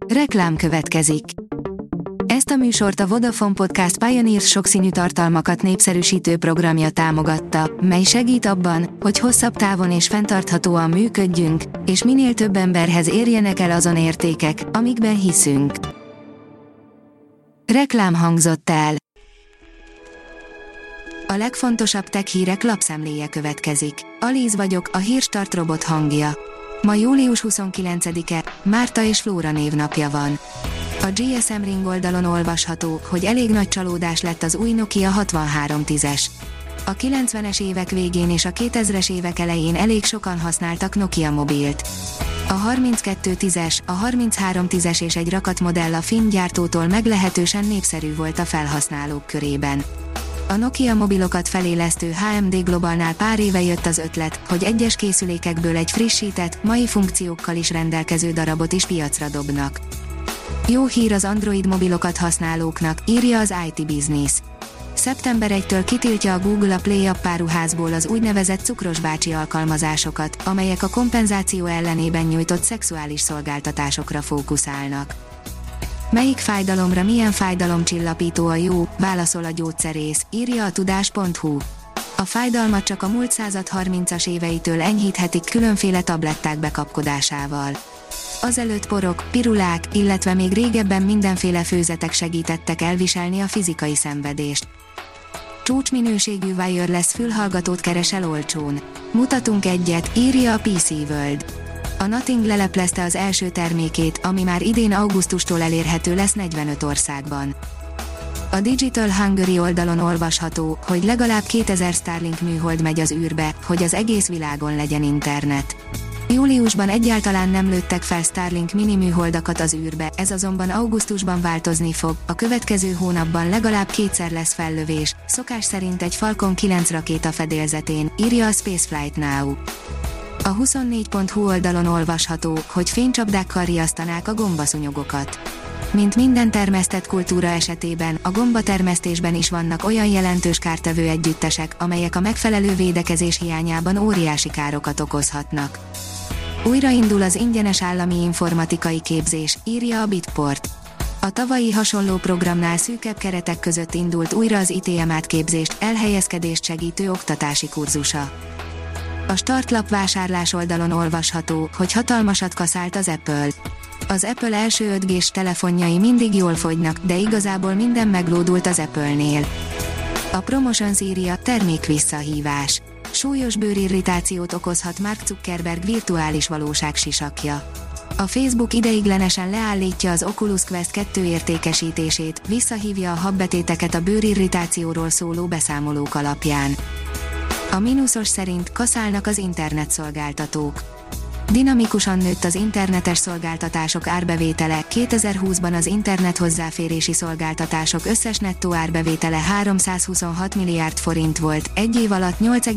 Reklám következik. Ezt a műsort a Vodafone Podcast Pioneers sokszínű tartalmakat népszerűsítő programja támogatta, mely segít abban, hogy hosszabb távon és fenntarthatóan működjünk, és minél több emberhez érjenek el azon értékek, amikben hiszünk. Reklám hangzott el. A legfontosabb tech hírek lapszemléje következik. Alíz vagyok, a Hírstart robot hangja. Ma július 29-e, Márta és Flóra névnapja van. A GSM Ring oldalon olvasható, hogy elég nagy csalódás lett az új Nokia 6310-es. A 90-es évek végén és a 2000-es évek elején elég sokan használtak Nokia mobilt. A 3210-es, a 3310-es és egy rakat modell a finn gyártótól meglehetősen népszerű volt a felhasználók körében. A Nokia mobilokat felélesztő HMD Globalnál pár éve jött az ötlet, hogy egyes készülékekből egy frissített, mai funkciókkal is rendelkező darabot is piacra dobnak. Jó hír az Android mobilokat használóknak, írja az IT Business. Szeptember 1-től kitiltja a Google a Play App áruházból az úgynevezett cukros bácsi alkalmazásokat, amelyek a kompenzáció ellenében nyújtott szexuális szolgáltatásokra fókuszálnak. Melyik fájdalomra milyen fájdalomcsillapító a jó, válaszol a gyógyszerész, írja a tudás.hu. A fájdalmat csak a múlt század 30-as éveitől enyhíthetik különféle tabletták bekapkodásával. Azelőtt porok, pirulák, illetve még régebben mindenféle főzetek segítettek elviselni a fizikai szenvedést. Csúcsminőségű wireless fülhallgatót keresel olcsón. Mutatunk egyet, írja a PC World. A Nothing leleplezte az első termékét, ami már idén augusztustól elérhető lesz 45 országban. A Digital Hungary oldalon olvasható, hogy legalább 2000 Starlink műhold megy az űrbe, hogy az egész világon legyen internet. Júliusban egyáltalán nem lőttek fel Starlink mini műholdakat az űrbe, ez azonban augusztusban változni fog, a következő hónapban legalább kétszer lesz fellövés, szokás szerint egy Falcon 9 rakéta fedélzetén, írja a Spaceflight Now. A 24.hu oldalon olvasható, hogy fénycsapdákkal riasztanák a gombaszúnyogokat. Mint minden termesztett kultúra esetében, a gombatermesztésben is vannak olyan jelentős kártevő együttesek, amelyek a megfelelő védekezés hiányában óriási károkat okozhatnak. Újraindul az ingyenes állami informatikai képzés, írja a Bitport. A tavalyi hasonló programnál szűkebb keretek között indult újra az ITM átképzést, elhelyezkedést segítő oktatási kurzusa. A startlap vásárlás oldalon olvasható, hogy hatalmasat kaszált az Apple. Az Apple első 5G-s telefonjai mindig jól fogynak, de igazából minden meglódult az Apple-nél. A Promotions írja, termék visszahívás. Súlyos bőrirritációt okozhat Mark Zuckerberg virtuális valóság sisakja. A Facebook ideiglenesen leállítja az Oculus Quest 2 értékesítését, visszahívja a habbetéteket a bőrirritációról szóló beszámolók alapján. A mínuszos szerint kaszálnak az internetszolgáltatók. Dinamikusan nőtt az internetes szolgáltatások árbevétele, 2020-ban az internet hozzáférési szolgáltatások összes nettó árbevétele 326 milliárd forint volt, egy év alatt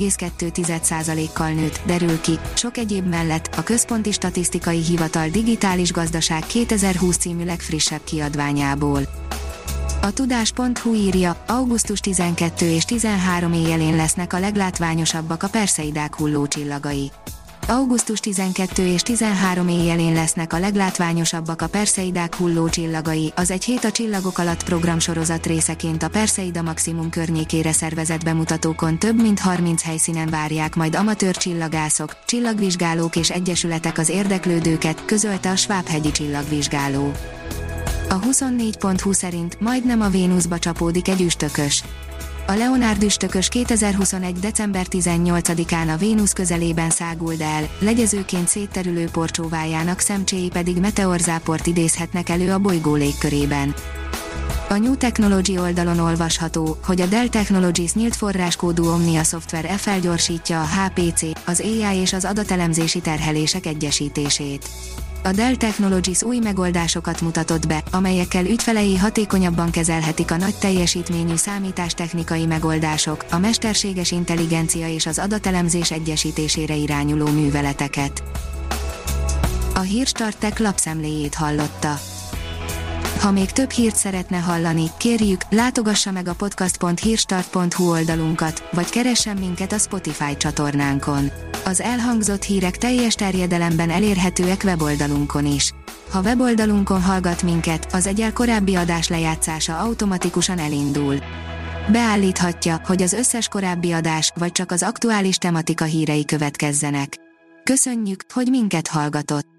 8,2%-kal nőtt, derül ki, sok egyéb mellett a Központi Statisztikai Hivatal Digitális Gazdaság 2020 című legfrissebb kiadványából. A tudás.hu írja, augusztus 12 és 13 éjjelén lesznek a leglátványosabbak a Perseidák hullócsillagai. Augusztus 12 és 13 éjjelén lesznek a leglátványosabbak a Perseidák hullócsillagai, az Egy hét a csillagok alatt programsorozat részeként a Perseida Maximum környékére szervezett bemutatókon több mint 30 helyszínen várják majd amatőr csillagászok, csillagvizsgálók és egyesületek az érdeklődőket, közölte a Sváb-hegyi csillagvizsgáló. A 24.hu szerint majdnem a Vénuszba csapódik egy üstökös. A Leonard üstökös 2021. december 18-án a Vénusz közelében száguld el, legyezőként szétterülő porcsóvájának szemcséi pedig meteorzáport idézhetnek elő a bolygó légkörében. A New Technology oldalon olvasható, hogy a Dell Technologies nyílt forráskódú Omnia szoftvere felgyorsítja a HPC, az AI és az adatelemzési terhelések egyesítését. A Dell Technologies új megoldásokat mutatott be, amelyekkel ügyfelei hatékonyabban kezelhetik a nagy teljesítményű számítástechnikai megoldások, a mesterséges intelligencia és az adatelemzés egyesítésére irányuló műveleteket. A Hírstart Tech lapszemléjét hallotta. Ha még több hírt szeretne hallani, kérjük, látogassa meg a podcast.hírstart.hu oldalunkat, vagy keressen minket a Spotify csatornánkon. Az elhangzott hírek teljes terjedelemben elérhetőek weboldalunkon is. Ha weboldalunkon hallgat minket, az egyel korábbi adás lejátszása automatikusan elindul. Beállíthatja, hogy az összes korábbi adás, vagy csak az aktuális tematika hírei következzenek. Köszönjük, hogy minket hallgatott!